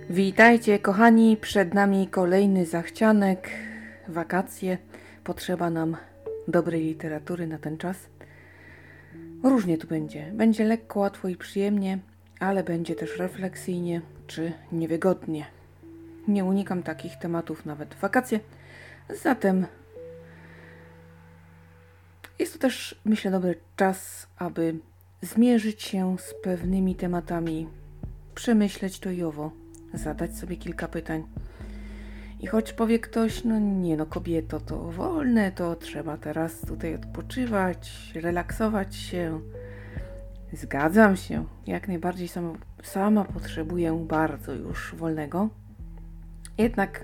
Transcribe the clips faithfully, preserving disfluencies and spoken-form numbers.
Witajcie kochani, przed nami kolejny zachcianek, wakacje, potrzeba nam dobrej literatury na ten czas. Różnie tu będzie, będzie lekko, łatwo i przyjemnie, ale będzie też refleksyjnie czy niewygodnie. Nie unikam takich tematów nawet w wakacje, zatem jest to też, myślę, dobry czas, aby zmierzyć się z pewnymi tematami, przemyśleć to i owo, zadać sobie kilka pytań. I choć powie ktoś, no nie no kobieto, to wolne, to trzeba teraz tutaj odpoczywać, relaksować się. Zgadzam się, jak najbardziej sama, sama potrzebuję bardzo już wolnego. Jednak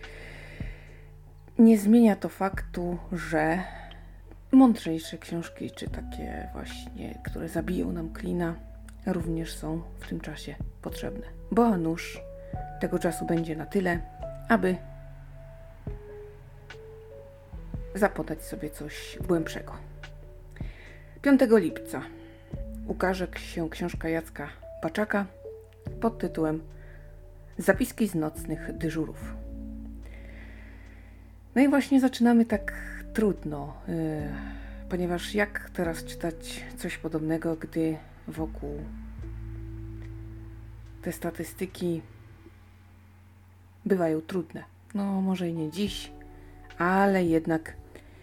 nie zmienia to faktu, że mądrzejsze książki, czy takie właśnie, które zabiją nam klina, również są w tym czasie potrzebne. Bo a nuż tego czasu będzie na tyle, aby zapodać sobie coś głębszego. piątego lipca ukaże się książka Jacka Paczaka pod tytułem Zapiski z nocnych dyżurów. No i właśnie zaczynamy tak trudno, yy, ponieważ jak teraz czytać coś podobnego, gdy wokół te statystyki bywają trudne. No może i nie dziś, ale jednak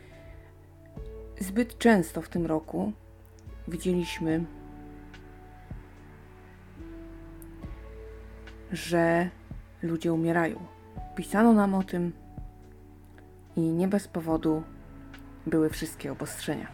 zbyt często w tym roku widzieliśmy, że ludzie umierają. Pisano nam o tym i nie bez powodu były wszystkie obostrzenia.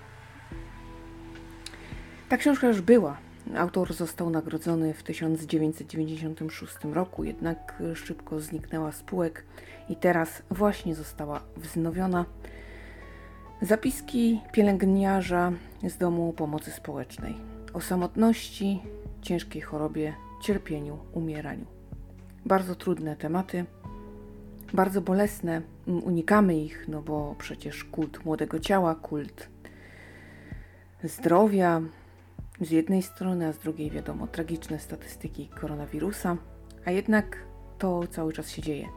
Ta książka już była. Autor został nagrodzony w tysiąc dziewięćset dziewięćdziesiątym szóstym roku, jednak szybko zniknęła z półek i teraz właśnie została wznowiona. Zapiski pielęgniarza z domu pomocy społecznej o samotności, ciężkiej chorobie, cierpieniu, umieraniu. Bardzo trudne tematy, bardzo bolesne, unikamy ich, no bo przecież kult młodego ciała, kult zdrowia z jednej strony, a z drugiej wiadomo tragiczne statystyki koronawirusa, a jednak to cały czas się dzieje.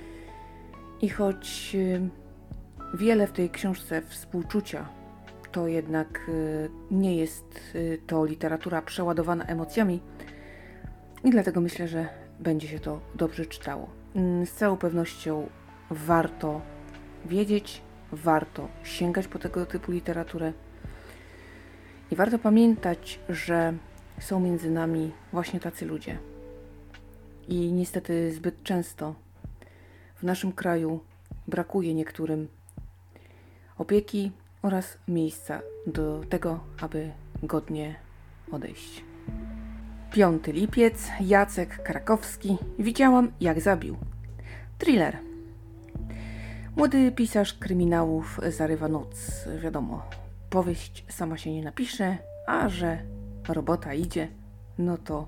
I choć wiele w tej książce współczucia, to jednak nie jest to literatura przeładowana emocjami i dlatego myślę, że będzie się to dobrze czytało. Z całą pewnością warto wiedzieć, warto sięgać po tego typu literaturę i warto pamiętać, że są między nami właśnie tacy ludzie. I niestety zbyt często w naszym kraju brakuje niektórym opieki oraz miejsca do tego, aby godnie odejść. piąty lipiec, Jacek Krakowski. Widziałam, jak zabił. Thriller. Młody pisarz kryminałów zarywa noc. Wiadomo, powieść sama się nie napisze, a że robota idzie, no to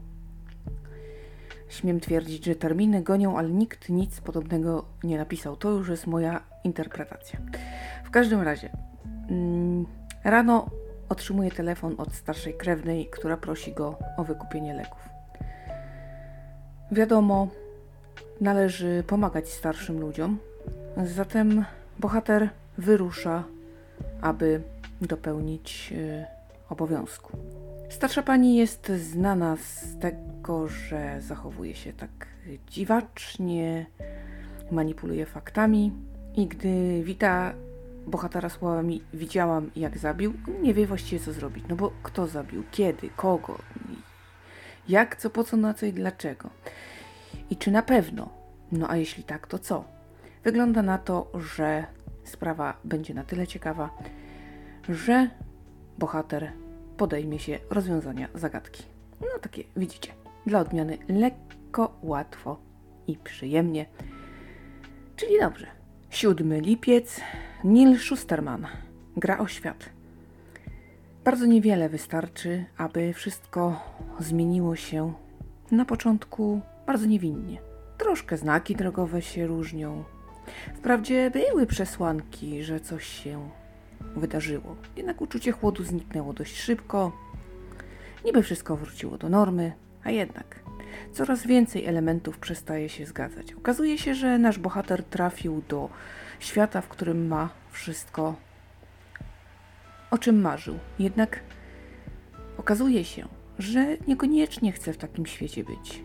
śmiem twierdzić, że terminy gonią, ale nikt nic podobnego nie napisał. To już jest moja interpretacja. W każdym razie, mm, rano otrzymuje telefon od starszej krewnej, która prosi go o wykupienie leków. Wiadomo, należy pomagać starszym ludziom, zatem bohater wyrusza, aby dopełnić y, obowiązku. Starsza pani jest znana z tego, że zachowuje się tak dziwacznie, manipuluje faktami i gdy wita bohatera słowami widziałam, jak zabił, nie wie właściwie, co zrobić. No bo kto zabił, kiedy, kogo, jak, co, po co, na co i dlaczego. I czy na pewno? No a jeśli tak, to co? Wygląda na to, że sprawa będzie na tyle ciekawa, że bohater podejmie się rozwiązania zagadki. No takie, widzicie, dla odmiany lekko, łatwo i przyjemnie. Czyli dobrze. siódmy lipiec, Neil Shusterman. Gra o świat. Bardzo niewiele wystarczy, aby wszystko zmieniło się na początku bardzo niewinnie. Troszkę znaki drogowe się różnią. Wprawdzie były przesłanki, że coś się wydarzyło. Jednak uczucie chłodu zniknęło dość szybko. Niby wszystko wróciło do normy, a jednak Coraz więcej elementów przestaje się zgadzać. Okazuje się, że nasz bohater trafił do świata, w którym ma wszystko, o czym marzył. Jednak okazuje się, że niekoniecznie chce w takim świecie być.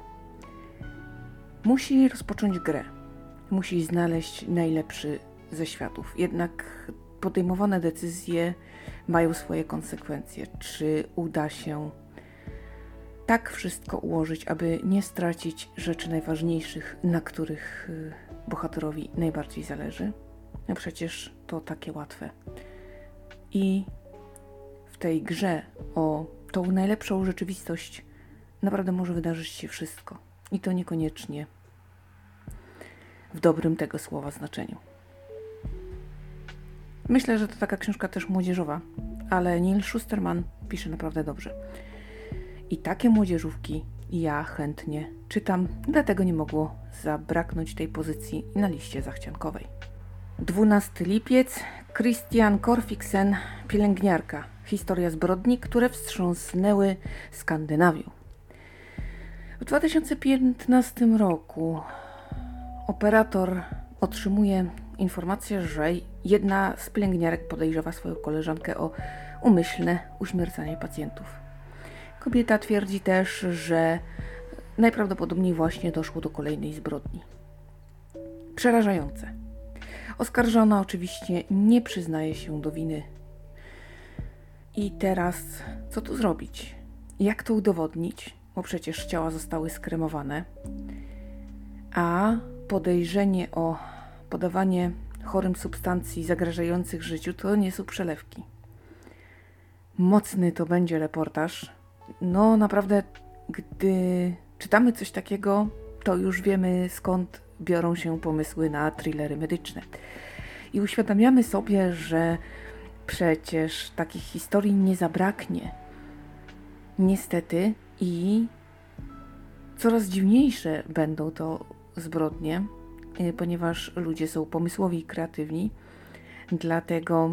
Musi rozpocząć grę. Musi znaleźć najlepszy ze światów. Jednak podejmowane decyzje mają swoje konsekwencje. Czy uda się tak wszystko ułożyć, aby nie stracić rzeczy najważniejszych, na których bohaterowi najbardziej zależy? No przecież to takie łatwe. I w tej grze o tą najlepszą rzeczywistość naprawdę może wydarzyć się wszystko. I to niekoniecznie w dobrym tego słowa znaczeniu. Myślę, że to taka książka też młodzieżowa, ale Neil Shusterman pisze naprawdę dobrze. I takie młodzieżówki ja chętnie czytam, dlatego nie mogło zabraknąć tej pozycji na liście zachciankowej. dwunastego lipiec, Christian Korfiksen, Pielęgniarka. Historia zbrodni, które wstrząsnęły Skandynawią. W dwa tysiące piętnastym roku operator otrzymuje informację, że jedna z pielęgniarek podejrzewa swoją koleżankę o umyślne uśmiercanie pacjentów. Kobieta twierdzi też, że najprawdopodobniej właśnie doszło do kolejnej zbrodni. Przerażające. Oskarżona oczywiście nie przyznaje się do winy. I teraz co tu zrobić? Jak to udowodnić? Bo przecież ciała zostały skremowane, a podejrzenie o podawanie chorym substancji zagrażających życiu to nie są przelewki. Mocny to będzie reportaż. No naprawdę, gdy czytamy coś takiego, to już wiemy, skąd biorą się pomysły na thrillery medyczne. I uświadamiamy sobie, że przecież takich historii nie zabraknie. Niestety i coraz dziwniejsze będą to zbrodnie, ponieważ ludzie są pomysłowi i kreatywni. Dlatego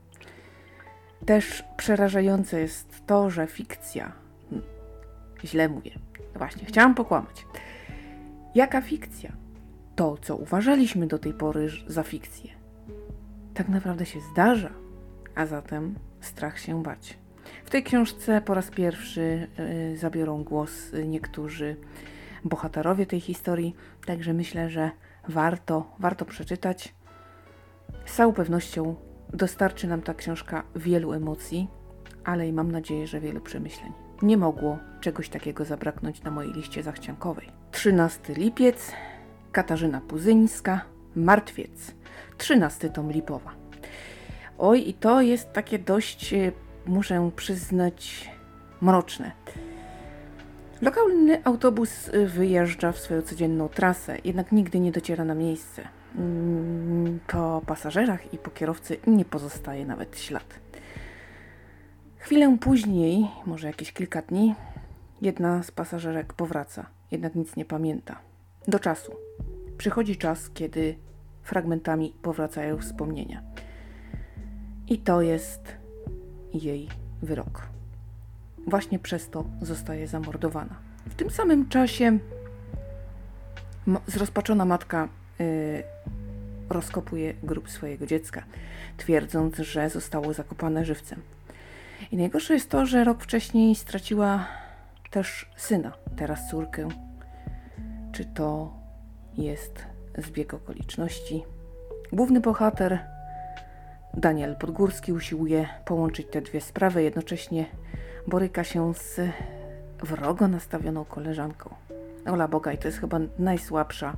też przerażające jest to, że fikcja, źle mówię, no właśnie, chciałam pokłamać. Jaka fikcja? To, co uważaliśmy do tej pory za fikcję, tak naprawdę się zdarza, a zatem strach się bać. W tej książce po raz pierwszy y, zabiorą głos niektórzy bohaterowie tej historii, także myślę, że warto, warto przeczytać. Z całą pewnością dostarczy nam ta książka wielu emocji, ale i mam nadzieję, że wielu przemyśleń. Nie mogło czegoś takiego zabraknąć na mojej liście zachciankowej. trzynastego lipiec, Katarzyna Puzyńska, Martwiec. trzynasty tom Lipowa. Oj, i to jest takie dość, muszę przyznać, mroczne. Lokalny autobus wyjeżdża w swoją codzienną trasę, jednak nigdy nie dociera na miejsce. Po pasażerach i po kierowcy nie pozostaje nawet ślad. Chwilę później, może jakieś kilka dni, jedna z pasażerek powraca, jednak nic nie pamięta. Do czasu. Przychodzi czas, kiedy fragmentami powracają wspomnienia. I to jest jej wyrok. Właśnie przez to zostaje zamordowana. W tym samym czasie ma- zrozpaczona matka yy, rozkopuje grób swojego dziecka, twierdząc, że zostało zakopane żywcem. I najgorsze jest to, że rok wcześniej straciła też syna, teraz córkę. Czy to jest zbieg okoliczności? Główny bohater, Daniel Podgórski, usiłuje połączyć te dwie sprawy, jednocześnie boryka się z wrogo nastawioną koleżanką. Ola Boga, i to jest chyba najsłabsza,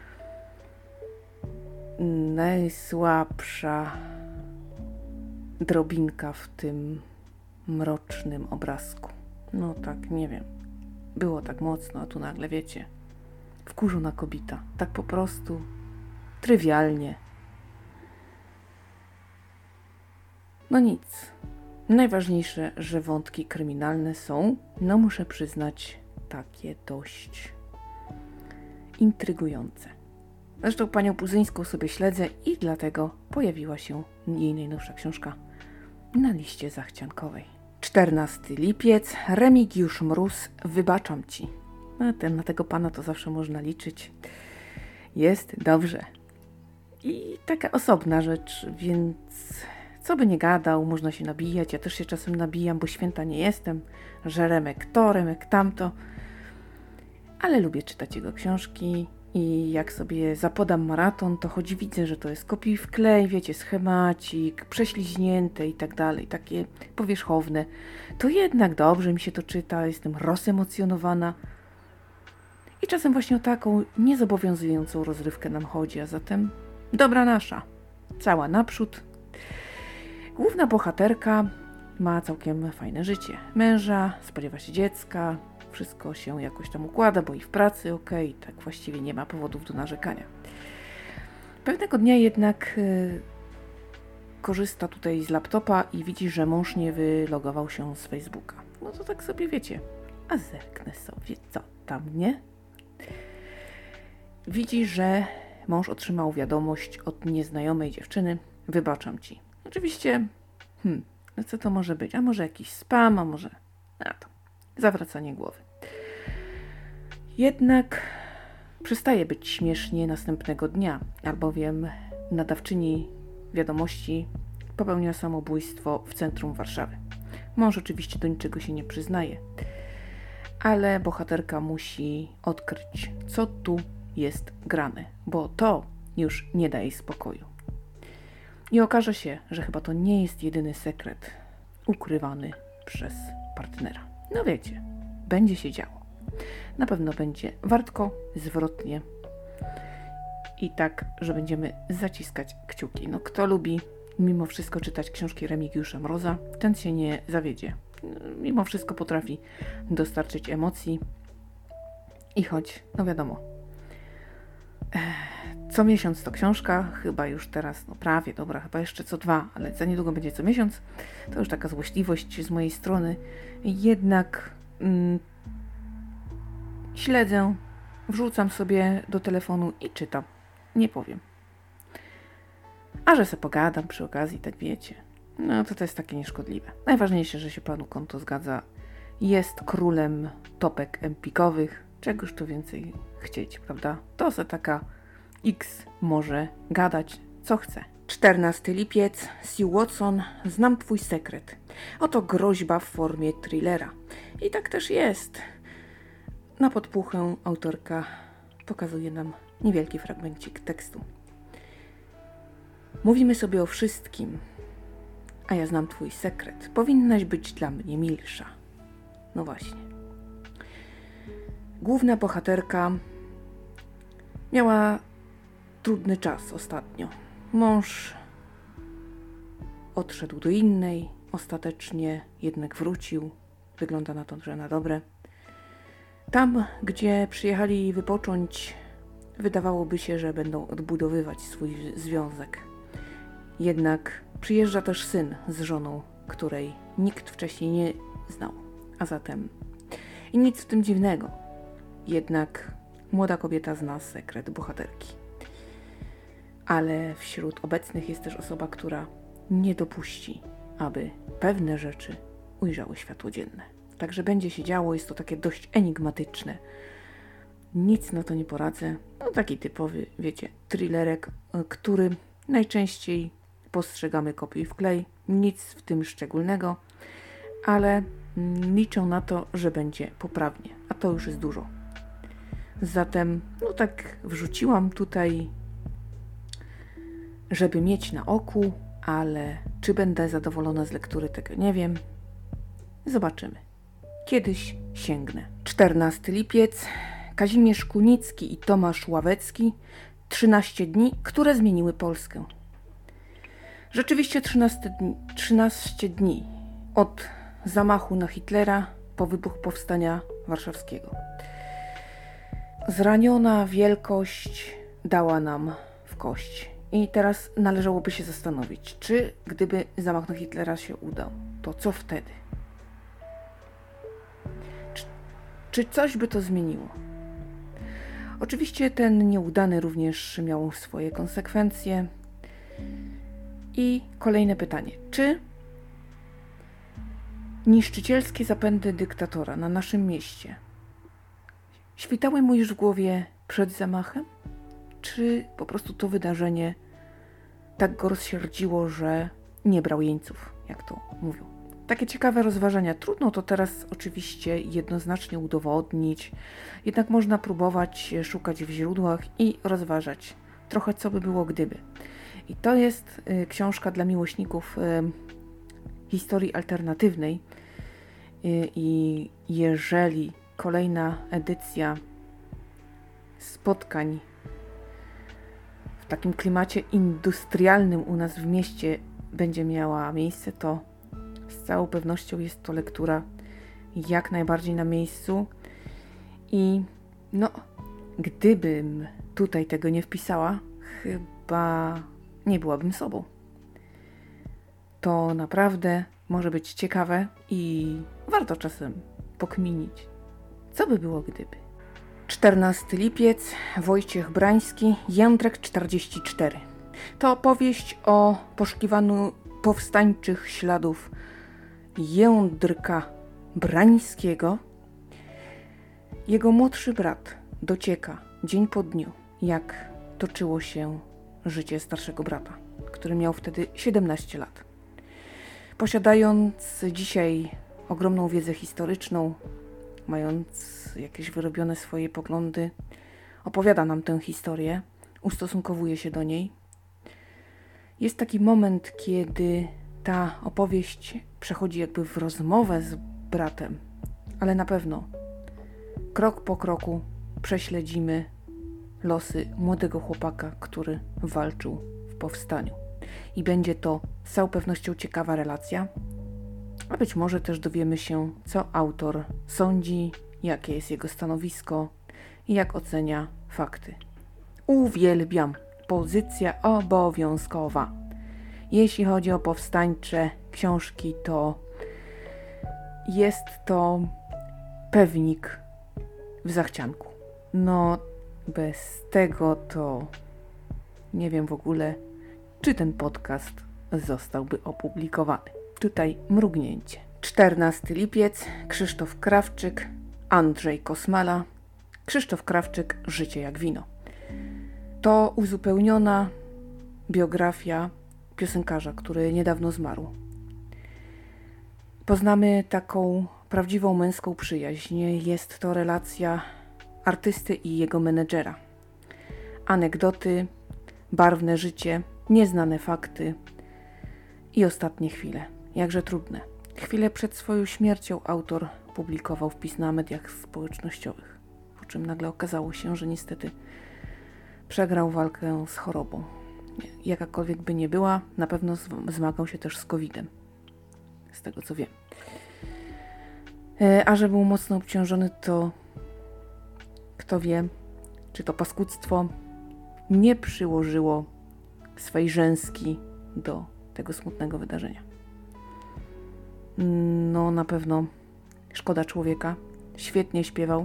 najsłabsza drobinka w tym mrocznym obrazku. No tak, nie wiem. Było tak mocno, a tu nagle, wiecie, wkurzona kobieta. Tak po prostu, trywialnie. No nic. Najważniejsze, że wątki kryminalne są, no muszę przyznać, takie dość intrygujące. Zresztą panią Puzyńską sobie śledzę i dlatego pojawiła się jej najnowsza książka na liście zachciankowej. czternasty lipiec, Remigiusz Mróz, Wybaczam ci. No, ten, na tego pana to zawsze można liczyć. Jest dobrze. I taka osobna rzecz, więc co by nie gadał, można się nabijać. Ja też się czasem nabijam, bo święta nie jestem. Że remek to, remek tamto. Ale lubię czytać jego książki i jak sobie zapodam maraton, to choć widzę, że to jest kopiuj wklej, wiecie, schemacik, prześliźnięte i tak dalej, takie powierzchowne, to jednak dobrze mi się to czyta, jestem rozemocjonowana. I czasem właśnie o taką niezobowiązującą rozrywkę nam chodzi, a zatem dobra nasza, cała naprzód. Główna bohaterka ma całkiem fajne życie. Męża, spodziewa się dziecka, wszystko się jakoś tam układa, bo i w pracy okej, okay, tak właściwie nie ma powodów do narzekania. Pewnego dnia jednak yy, korzysta tutaj z laptopa i widzi, że mąż nie wylogował się z Facebooka. No to tak sobie wiecie, a zerknę sobie, co tam, nie? Widzi, że mąż otrzymał wiadomość od nieznajomej dziewczyny. Wybaczam ci. Oczywiście, hmm, no co to może być? A może jakiś spam, a może... A to, zawracanie głowy. Jednak przestaje być śmiesznie następnego dnia, albowiem nadawczyni wiadomości popełniła samobójstwo w centrum Warszawy. Mąż oczywiście do niczego się nie przyznaje, ale bohaterka musi odkryć, co tu jest grane, bo to już nie daje jej spokoju. I okaże się, że chyba to nie jest jedyny sekret ukrywany przez partnera. No wiecie, będzie się działo. Na pewno będzie wartko, zwrotnie i tak, że będziemy zaciskać kciuki. No kto lubi mimo wszystko czytać książki Remigiusza Mroza, ten się nie zawiedzie. Mimo wszystko potrafi dostarczyć emocji i choć, no wiadomo, co miesiąc to książka, chyba już teraz, no prawie, dobra, chyba jeszcze co dwa, ale za niedługo będzie co miesiąc, to już taka złośliwość z mojej strony. Jednak mm, śledzę, wrzucam sobie do telefonu i czytam. Nie powiem. A że se pogadam przy okazji, tak wiecie, no to to jest takie nieszkodliwe. Najważniejsze, że się panu konto zgadza. Jest królem topek empikowych. Czegoż tu więcej chcieć, prawda? To se taka X może gadać, co chce. czternasty lipiec, Sue Watson, znam twój sekret. Oto groźba w formie thrillera. I tak też jest. Na podpuchę autorka pokazuje nam niewielki fragmencik tekstu. Mówimy sobie o wszystkim, a ja znam twój sekret. Powinnaś być dla mnie milsza. No właśnie. Główna bohaterka miała trudny czas ostatnio. Mąż odszedł do innej, ostatecznie jednak wrócił. Wygląda na to, że na dobre. Tam, gdzie przyjechali wypocząć, wydawałoby się, że będą odbudowywać swój związek. Jednak przyjeżdża też syn z żoną, której nikt wcześniej nie znał. A zatem i nic w tym dziwnego. Jednak młoda kobieta zna sekret bohaterki. Ale wśród obecnych jest też osoba, która nie dopuści, aby pewne rzeczy ujrzały światło dzienne. Także będzie się działo, jest to takie dość enigmatyczne. Nic na to nie poradzę. No taki typowy, wiecie, thrillerek, który najczęściej postrzegamy kopiuj wklej. Nic w tym szczególnego, ale liczę na to, że będzie poprawnie, a to już jest dużo. Zatem, no tak wrzuciłam tutaj, żeby mieć na oku, ale czy będę zadowolona z lektury, tego nie wiem. Zobaczymy. Kiedyś sięgnę. czternasty lipiec, Kazimierz Kunicki i Tomasz Ławecki, trzynaście dni, które zmieniły Polskę. Rzeczywiście trzynaście dni, trzynaście dni od zamachu na Hitlera po wybuch powstania warszawskiego. Zraniona wielkość dała nam w kość. I teraz należałoby się zastanowić, czy gdyby zamach na Hitlera się udał, to co wtedy? Czy, czy coś by to zmieniło? Oczywiście ten nieudany również miał swoje konsekwencje. I kolejne pytanie. Czy niszczycielskie zapędy dyktatora na naszym mieście świtały mu już w głowie przed zamachem? Czy po prostu to wydarzenie tak go rozsierdziło, że nie brał jeńców, jak to mówią? Takie ciekawe rozważania. Trudno to teraz oczywiście jednoznacznie udowodnić, jednak można próbować szukać w źródłach i rozważać trochę, co by było gdyby. I to jest y, książka dla miłośników y, historii alternatywnej y, i jeżeli kolejna edycja spotkań w takim klimacie industrialnym u nas w mieście będzie miała miejsce, to z całą pewnością jest to lektura jak najbardziej na miejscu i no, gdybym tutaj tego nie wpisała, chyba nie byłabym sobą. To naprawdę może być ciekawe i warto czasem pokminić, co by było gdyby. czternasty lipiec, Wojciech Brański, Jędrek czterdzieści cztery. To opowieść o poszukiwaniu powstańczych śladów Jędrka Brańskiego. Jego młodszy brat docieka dzień po dniu, jak toczyło się życie starszego brata, który miał wtedy siedemnaście lat. Posiadając dzisiaj ogromną wiedzę historyczną, mając jakieś wyrobione swoje poglądy, opowiada nam tę historię, ustosunkowuje się do niej. Jest taki moment, kiedy ta opowieść przechodzi jakby w rozmowę z bratem, ale na pewno krok po kroku prześledzimy losy młodego chłopaka, który walczył w powstaniu. I będzie to z całą pewnością ciekawa relacja, a być może też dowiemy się, co autor sądzi, jakie jest jego stanowisko i jak ocenia fakty. Uwielbiam. Pozycja obowiązkowa. Jeśli chodzi o powstańcze książki, to jest to pewnik w zachcianku. No, bez tego to nie wiem w ogóle, czy ten podcast zostałby opublikowany. Tutaj mrugnięcie. czternasty lipiec, Krzysztof Krawczyk, Andrzej Kosmala. Krzysztof Krawczyk, Życie jak wino. To uzupełniona biografia piosenkarza, który niedawno zmarł. Poznamy taką prawdziwą męską przyjaźń. Jest to relacja artysty i jego menedżera. Anegdoty, barwne życie, nieznane fakty i ostatnie chwile. Jakże trudne. Chwilę przed swoją śmiercią autor publikował wpis na mediach społecznościowych, po czym nagle okazało się, że niestety przegrał walkę z chorobą. Jakakolwiek by nie była, na pewno zmagał się też z kowidem. Z tego co wiem. A że był mocno obciążony, to kto wie, czy to paskudztwo nie przyłożyło swej rzęski do tego smutnego wydarzenia. No na pewno szkoda człowieka. Świetnie śpiewał.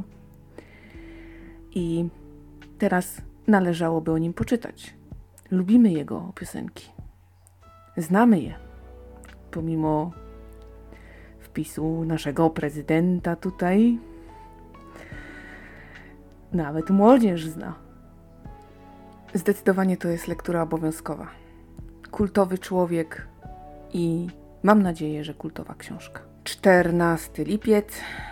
I teraz należałoby o nim poczytać. Lubimy jego piosenki. Znamy je. Pomimo wpisu naszego prezydenta tutaj. Nawet młodzież zna. Zdecydowanie to jest lektura obowiązkowa. Kultowy człowiek i mam nadzieję, że kultowa książka. czternasty lipiec.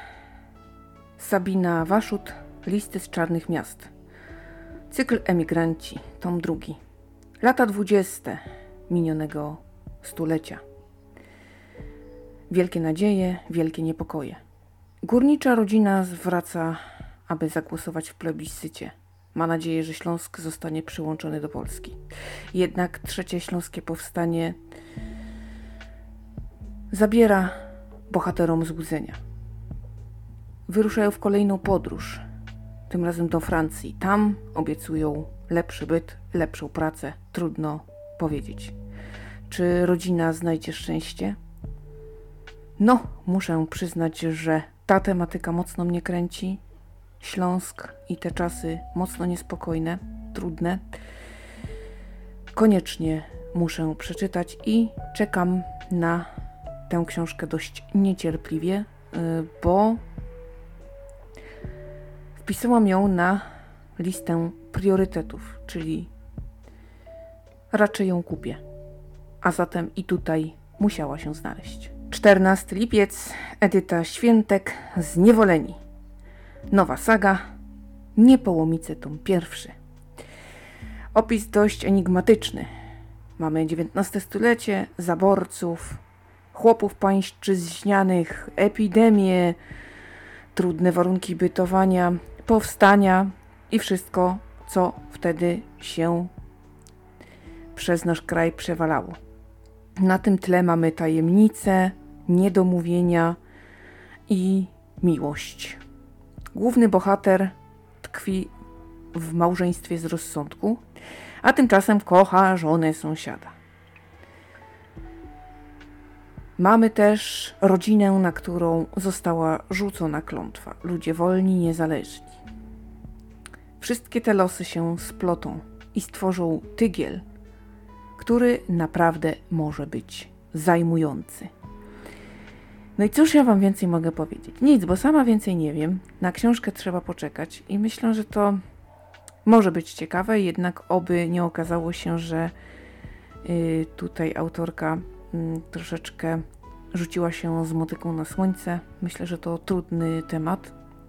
Sabina Waszut, Listy z czarnych miast. Cykl Emigranci, tom drugi. Lata dwudzieste minionego stulecia. Wielkie nadzieje, wielkie niepokoje. Górnicza rodzina zwraca, aby zagłosować w plebiscycie. Ma nadzieję, że Śląsk zostanie przyłączony do Polski. Jednak trzecie śląskie powstanie zabiera bohaterom złudzenia. Wyruszają w kolejną podróż, tym razem do Francji. Tam obiecują lepszy byt, lepszą pracę. Trudno powiedzieć. Czy rodzina znajdzie szczęście? No, muszę przyznać, że ta tematyka mocno mnie kręci. Śląsk i te czasy mocno niespokojne, trudne. Koniecznie muszę przeczytać i czekam na tę książkę dość niecierpliwie, bo Wpisałam ją na listę priorytetów, czyli raczej ją kupię. A zatem i tutaj musiała się znaleźć. czternasty lipiec, Edyta Świętek, Zniewoleni. Nowa saga, Niepołomice tom pierwszy. Opis dość enigmatyczny. Mamy dziewiętnaste stulecie, zaborców, chłopów pańszczyźnianych, epidemie, trudne warunki bytowania, powstania i wszystko, co wtedy się przez nasz kraj przewalało. Na tym tle mamy tajemnice, niedomówienia i miłość. Główny bohater tkwi w małżeństwie z rozsądku, a tymczasem kocha żonę sąsiada. Mamy też rodzinę, na którą została rzucona klątwa. Ludzie wolni, niezależni. Wszystkie te losy się splotą i stworzą tygiel, który naprawdę może być zajmujący. No i cóż ja wam więcej mogę powiedzieć? Nic, bo sama więcej nie wiem. Na książkę trzeba poczekać i myślę, że to może być ciekawe, jednak oby nie okazało się, że yy, tutaj autorka yy, troszeczkę rzuciła się z motyką na słońce. Myślę, że to trudny temat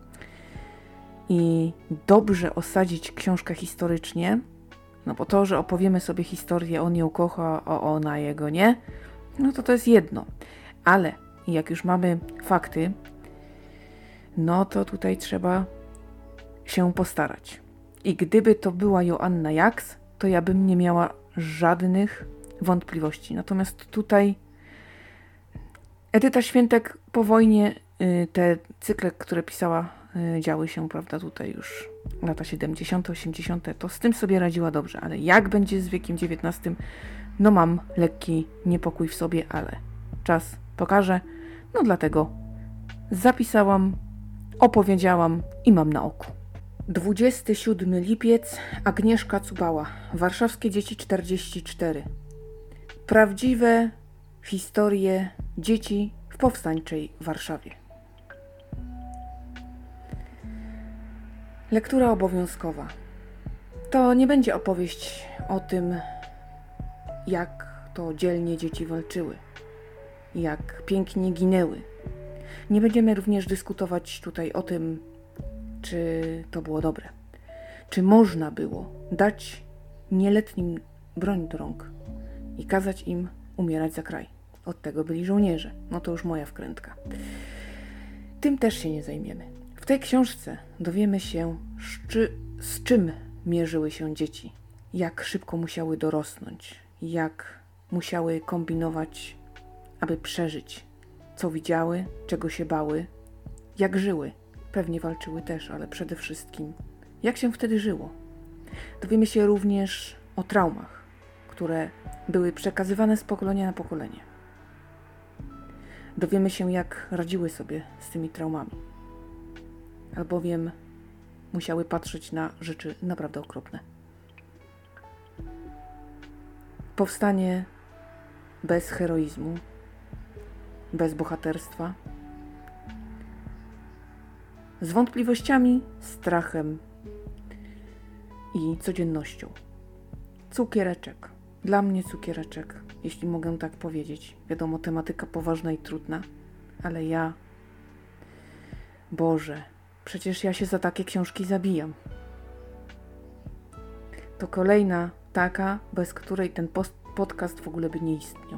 i dobrze osadzić książkę historycznie, no bo to, że opowiemy sobie historię, on ją kocha, a ona jego nie, no to to jest jedno. Ale jak już mamy fakty, no to tutaj trzeba się postarać. I gdyby to była Joanna Jaks, to ja bym nie miała żadnych wątpliwości. Natomiast tutaj Edyta Świętek po wojnie, te cykle, które pisała, działy się, prawda, tutaj już lata siedemdziesiąte, osiemdziesiąte, to z tym sobie radziła dobrze, ale jak będzie z wiekiem dziewiętnastym, no mam lekki niepokój w sobie, ale czas pokaże, no dlatego zapisałam, opowiedziałam i mam na oku. dwudziesty siódmy lipiec, Agnieszka Cubała, Warszawskie Dzieci czterdzieści cztery. Prawdziwe historie dzieci w powstańczej Warszawie. Lektura obowiązkowa. To nie będzie opowieść o tym, jak to dzielnie dzieci walczyły, jak pięknie ginęły. Nie będziemy również dyskutować tutaj o tym, czy to było dobre. Czy można było dać nieletnim broń do rąk i kazać im umierać za kraj. Od tego byli żołnierze. No to już moja wkrętka. Tym też się nie zajmiemy. W tej książce dowiemy się, szczy, z czym mierzyły się dzieci. Jak szybko musiały dorosnąć. Jak musiały kombinować, aby przeżyć. Co widziały, czego się bały. Jak żyły. Pewnie walczyły też, ale przede wszystkim jak się wtedy żyło. Dowiemy się również o traumach, które były przekazywane z pokolenia na pokolenie. Dowiemy się, jak radziły sobie z tymi traumami. Albowiem musiały patrzeć na rzeczy naprawdę okropne. Powstanie bez heroizmu, bez bohaterstwa, z wątpliwościami, strachem i codziennością. Cukiereczek. Dla mnie cukiereczek, jeśli mogę tak powiedzieć. Wiadomo, tematyka poważna i trudna, ale ja... Boże, przecież ja się za takie książki zabijam. To kolejna taka, bez której ten post- podcast w ogóle by nie istniał.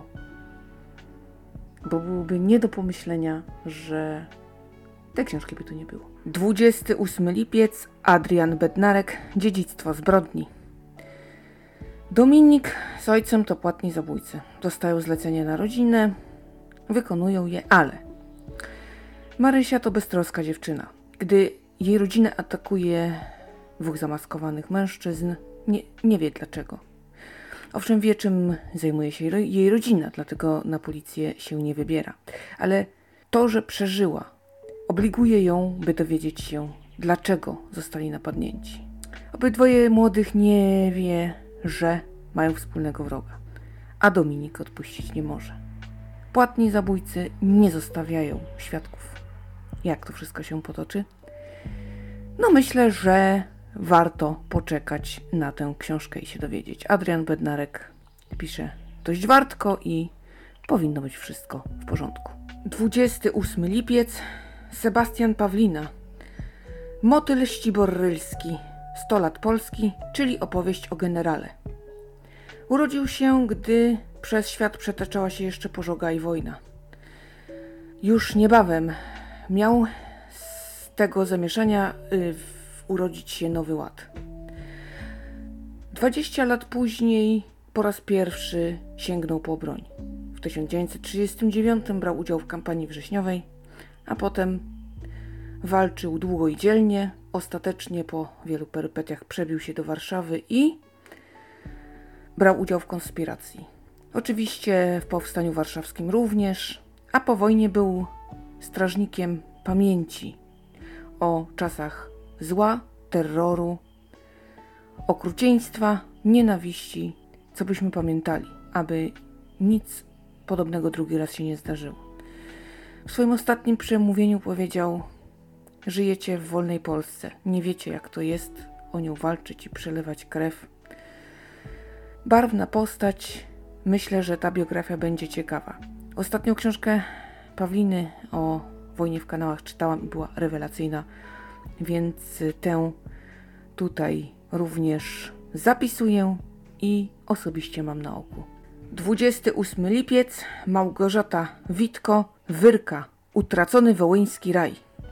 Bo byłoby nie do pomyślenia, że tej książki by tu nie było. dwudziesty ósmy lipiec, Adrian Bednarek, Dziedzictwo zbrodni. Dominik z ojcem to płatni zabójcy. Dostają zlecenie na rodzinę, wykonują je, ale Marysia to beztroska dziewczyna. Gdy jej rodzinę atakuje dwóch zamaskowanych mężczyzn, nie, nie wie dlaczego. Owszem, wie, czym zajmuje się jej, jej rodzina, dlatego na policję się nie wybiera. Ale to, że przeżyła, obliguje ją, by dowiedzieć się, dlaczego zostali napadnięci. Obydwoje młodych nie wie, że mają wspólnego wroga, a Dominik odpuścić nie może. Płatni zabójcy nie zostawiają świadków. Jak to wszystko się potoczy? No myślę, że warto poczekać na tę książkę i się dowiedzieć. Adrian Bednarek pisze dość wartko i powinno być wszystko w porządku. dwudziesty ósmy lipiec. Sebastian Pawlina. Motyl ściborrylski. sto lat Polski, czyli opowieść o generale. Urodził się, gdy przez świat przetaczała się jeszcze pożoga i wojna. Już niebawem miał z tego zamieszania y, urodzić się nowy ład. Dwadzieścia lat później po raz pierwszy sięgnął po broń. W tysiąc dziewięćset trzydziestym dziewiątym brał udział w kampanii wrześniowej, a potem walczył długo i dzielnie. Ostatecznie po wielu perypetiach przebił się do Warszawy i brał udział w konspiracji. Oczywiście w powstaniu warszawskim również, a po wojnie był strażnikiem pamięci o czasach zła, terroru, okrucieństwa, nienawiści, co byśmy pamiętali, aby nic podobnego drugi raz się nie zdarzyło. W swoim ostatnim przemówieniu powiedział: żyjecie w wolnej Polsce, nie wiecie jak to jest o nią walczyć i przelewać krew. Barwna postać, myślę, że ta biografia będzie ciekawa. Ostatnią książkę Pawliny o wojnie w kanałach czytałam i była rewelacyjna, więc tę tutaj również zapisuję i osobiście mam na oku. dwudziesty ósmy lipiec. Małgorzata Witko, Wyrka, utracony wołyński raj.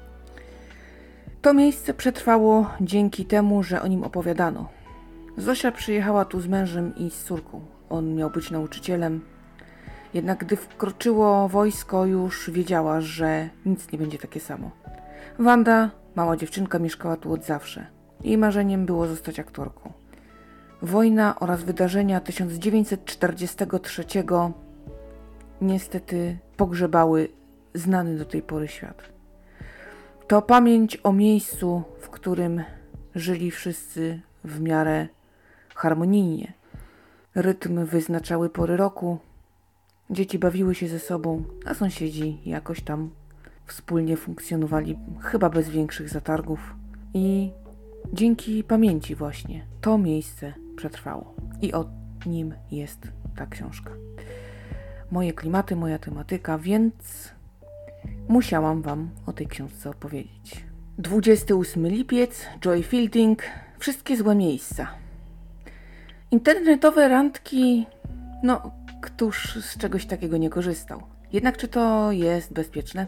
To miejsce przetrwało dzięki temu, że o nim opowiadano. Zosia przyjechała tu z mężem i z córką. On miał być nauczycielem. Jednak gdy wkroczyło wojsko, już wiedziała, że nic nie będzie takie samo. Wanda, mała dziewczynka, mieszkała tu od zawsze. Jej marzeniem było zostać aktorką. Wojna oraz wydarzenia tysiąc dziewięćset czterdziestego trzeciego niestety pogrzebały znany do tej pory świat. To pamięć o miejscu, w którym żyli wszyscy w miarę harmonijnie. Rytm wyznaczały pory roku, dzieci bawiły się ze sobą, a sąsiedzi jakoś tam wspólnie funkcjonowali, chyba bez większych zatargów. I dzięki pamięci właśnie to miejsce przetrwało. I o nim jest ta książka. Moje klimaty, moja tematyka, więc musiałam wam o tej książce opowiedzieć. dwudziesty ósmy lipiec. Joy Fielding. Wszystkie złe miejsca. Internetowe randki, no któż z czegoś takiego nie korzystał. Jednak czy to jest bezpieczne?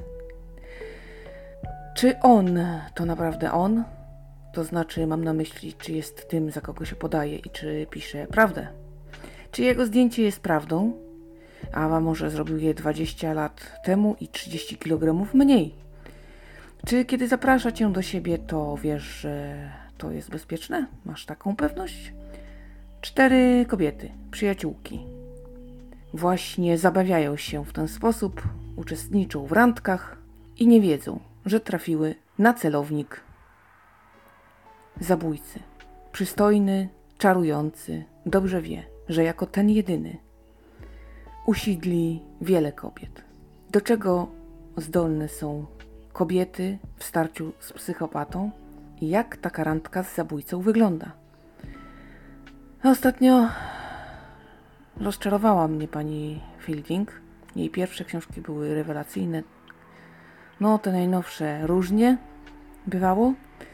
Czy on to naprawdę on? To znaczy mam na myśli, czy jest tym, za kogo się podaje i czy pisze prawdę. Czy jego zdjęcie jest prawdą? A może zrobił je dwadzieścia lat temu i trzydzieści kilogramów mniej? Czy kiedy zaprasza cię do siebie, to wiesz, że to jest bezpieczne? Masz taką pewność? Cztery kobiety, przyjaciółki, właśnie zabawiają się w ten sposób, uczestniczą w randkach i nie wiedzą, że trafiły na celownik zabójcy. Przystojny, czarujący, dobrze wie, że jako ten jedyny usidli wiele kobiet. Do czego zdolne są kobiety w starciu z psychopatą i jak taka randka z zabójcą wygląda? Ostatnio rozczarowała mnie pani Fielding. Jej pierwsze książki były rewelacyjne. No, te najnowsze różnie bywało.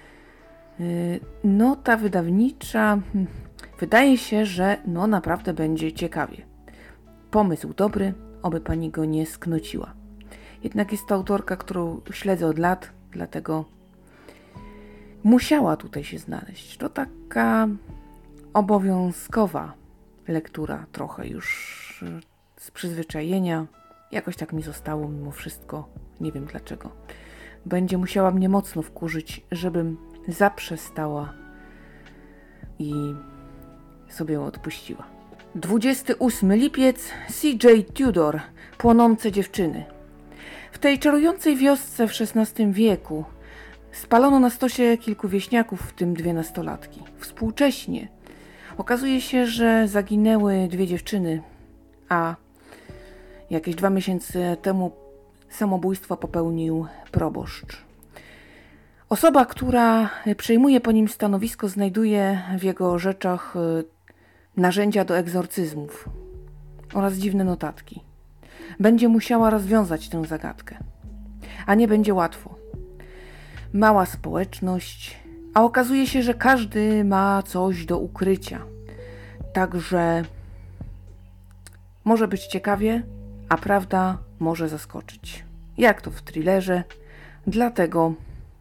No, ta wydawnicza wydaje się, że no naprawdę będzie ciekawie. Pomysł dobry, oby pani go nie sknociła. Jednak jest to autorka, którą śledzę od lat, dlatego musiała tutaj się znaleźć. To taka obowiązkowa lektura, trochę już z przyzwyczajenia. Jakoś tak mi zostało mimo wszystko, nie wiem dlaczego. Będzie musiała mnie mocno wkurzyć, żebym zaprzestała i sobie ją odpuściła. dwudziesty ósmy lipiec. C J Tudor. Płonące dziewczyny. W tej czarującej wiosce w szesnastym wieku spalono na stosie kilku wieśniaków, w tym dwie nastolatki. Współcześnie okazuje się, że zaginęły dwie dziewczyny, a jakieś dwa miesiące temu samobójstwo popełnił proboszcz. Osoba, która przejmuje po nim stanowisko, znajduje w jego rzeczach narzędzia do egzorcyzmów oraz dziwne notatki. Będzie musiała rozwiązać tę zagadkę, a nie będzie łatwo. Mała społeczność, a okazuje się, że każdy ma coś do ukrycia. Także może być ciekawie, a prawda może zaskoczyć. Jak to w thrillerze, dlatego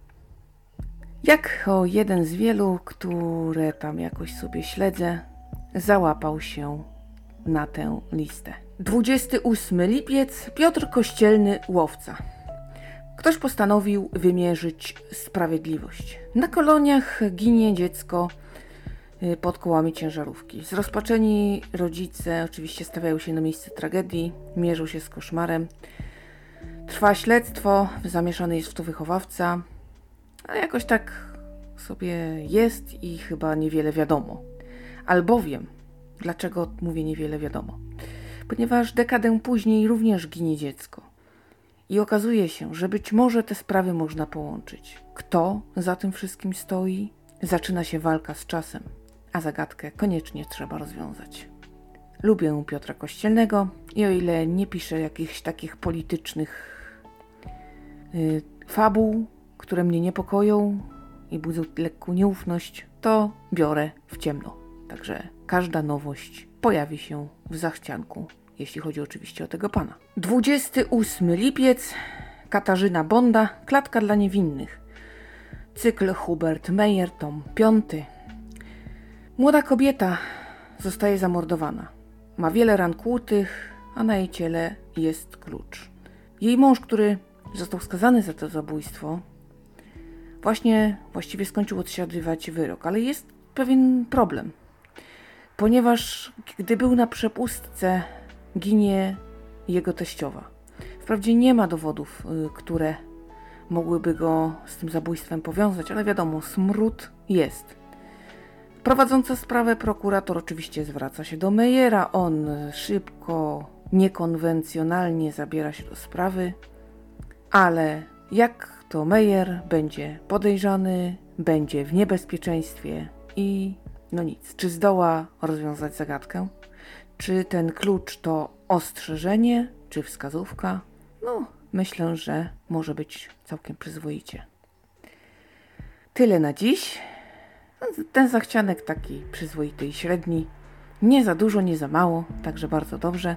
jako jeden z wielu, które tam jakoś sobie śledzę, załapał się na tę listę. dwudziestego ósmego lipiec, Piotr Kościelny, łowca. Ktoś postanowił wymierzyć sprawiedliwość. Na koloniach ginie dziecko pod kołami ciężarówki. Zrozpaczeni rodzice oczywiście stawiają się na miejsce tragedii, mierzą się z koszmarem. Trwa śledztwo, zamieszany jest w to wychowawca, a jakoś tak sobie jest i chyba niewiele wiadomo. Albowiem, dlaczego mówię niewiele wiadomo? Ponieważ dekadę później również ginie dziecko. I okazuje się, że być może te sprawy można połączyć. Kto za tym wszystkim stoi? Zaczyna się walka z czasem, a zagadkę koniecznie trzeba rozwiązać. Lubię Piotra Kościelnego i o ile nie piszę jakichś takich politycznych yy, fabuł, które mnie niepokoją i budzą lekką nieufność, to biorę w ciemno. Także każda nowość pojawi się w zachcianku, jeśli chodzi oczywiście o tego pana. dwudziestego ósmego lipiec, Katarzyna Bonda, Klatka dla niewinnych. Cykl Hubert Meyer, tom piąty. Młoda kobieta zostaje zamordowana. Ma wiele ran kłutych, a na jej ciele jest klucz. Jej mąż, który został skazany za to zabójstwo, właśnie właściwie skończył odsiadywać wyrok, ale jest pewien problem. Ponieważ gdy był na przepustce, ginie jego teściowa. Wprawdzie nie ma dowodów, które mogłyby go z tym zabójstwem powiązać, ale wiadomo, smród jest. Prowadząca sprawę prokurator oczywiście zwraca się do Meyera. On szybko, niekonwencjonalnie zabiera się do sprawy, ale jak to Meyer będzie podejrzany, będzie w niebezpieczeństwie i no nic. Czy zdoła rozwiązać zagadkę? Czy ten klucz to ostrzeżenie, czy wskazówka? No, myślę, że może być całkiem przyzwoicie. Tyle na dziś. Ten zachcianek taki przyzwoity i średni. Nie za dużo, nie za mało, także bardzo dobrze.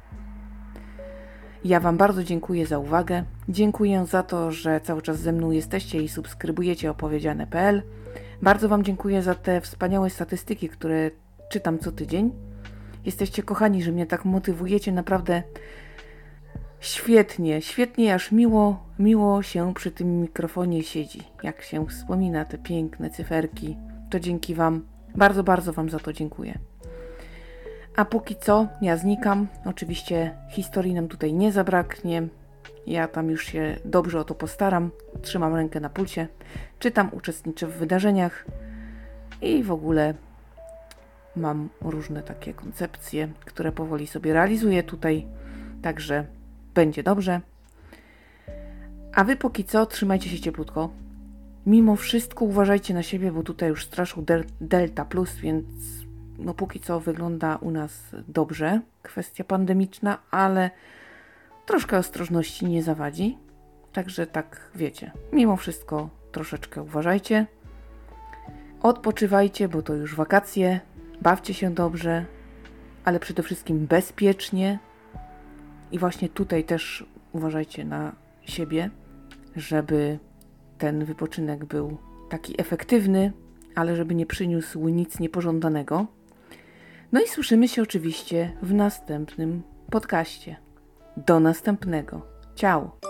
Ja Wam bardzo dziękuję za uwagę. Dziękuję za to, że cały czas ze mną jesteście i subskrybujecie opowiedziane kropka p l. Bardzo Wam dziękuję za te wspaniałe statystyki, które czytam co tydzień. Jesteście kochani, że mnie tak motywujecie, naprawdę świetnie, świetnie, aż miło, miło się przy tym mikrofonie siedzi. Jak się wspomina te piękne cyferki, to dzięki Wam, bardzo, bardzo Wam za to dziękuję. A póki co, ja znikam. Oczywiście historii nam tutaj nie zabraknie. Ja tam już się dobrze o to postaram. Trzymam rękę na pulsie. Czytam, uczestniczę w wydarzeniach i w ogóle mam różne takie koncepcje, które powoli sobie realizuję tutaj. Także będzie dobrze. A Wy póki co trzymajcie się cieplutko. Mimo wszystko uważajcie na siebie, bo tutaj już straszą del- Delta Plus, więc no póki co wygląda u nas dobrze. Kwestia pandemiczna, ale troszkę ostrożności nie zawadzi. Także tak wiecie, mimo wszystko troszeczkę uważajcie. Odpoczywajcie, bo to już wakacje. Bawcie się dobrze, ale przede wszystkim bezpiecznie. I właśnie tutaj też uważajcie na siebie, żeby ten wypoczynek był taki efektywny, ale żeby nie przyniósł nic niepożądanego. No i słyszymy się oczywiście w następnym podcaście. Do następnego. Ciao!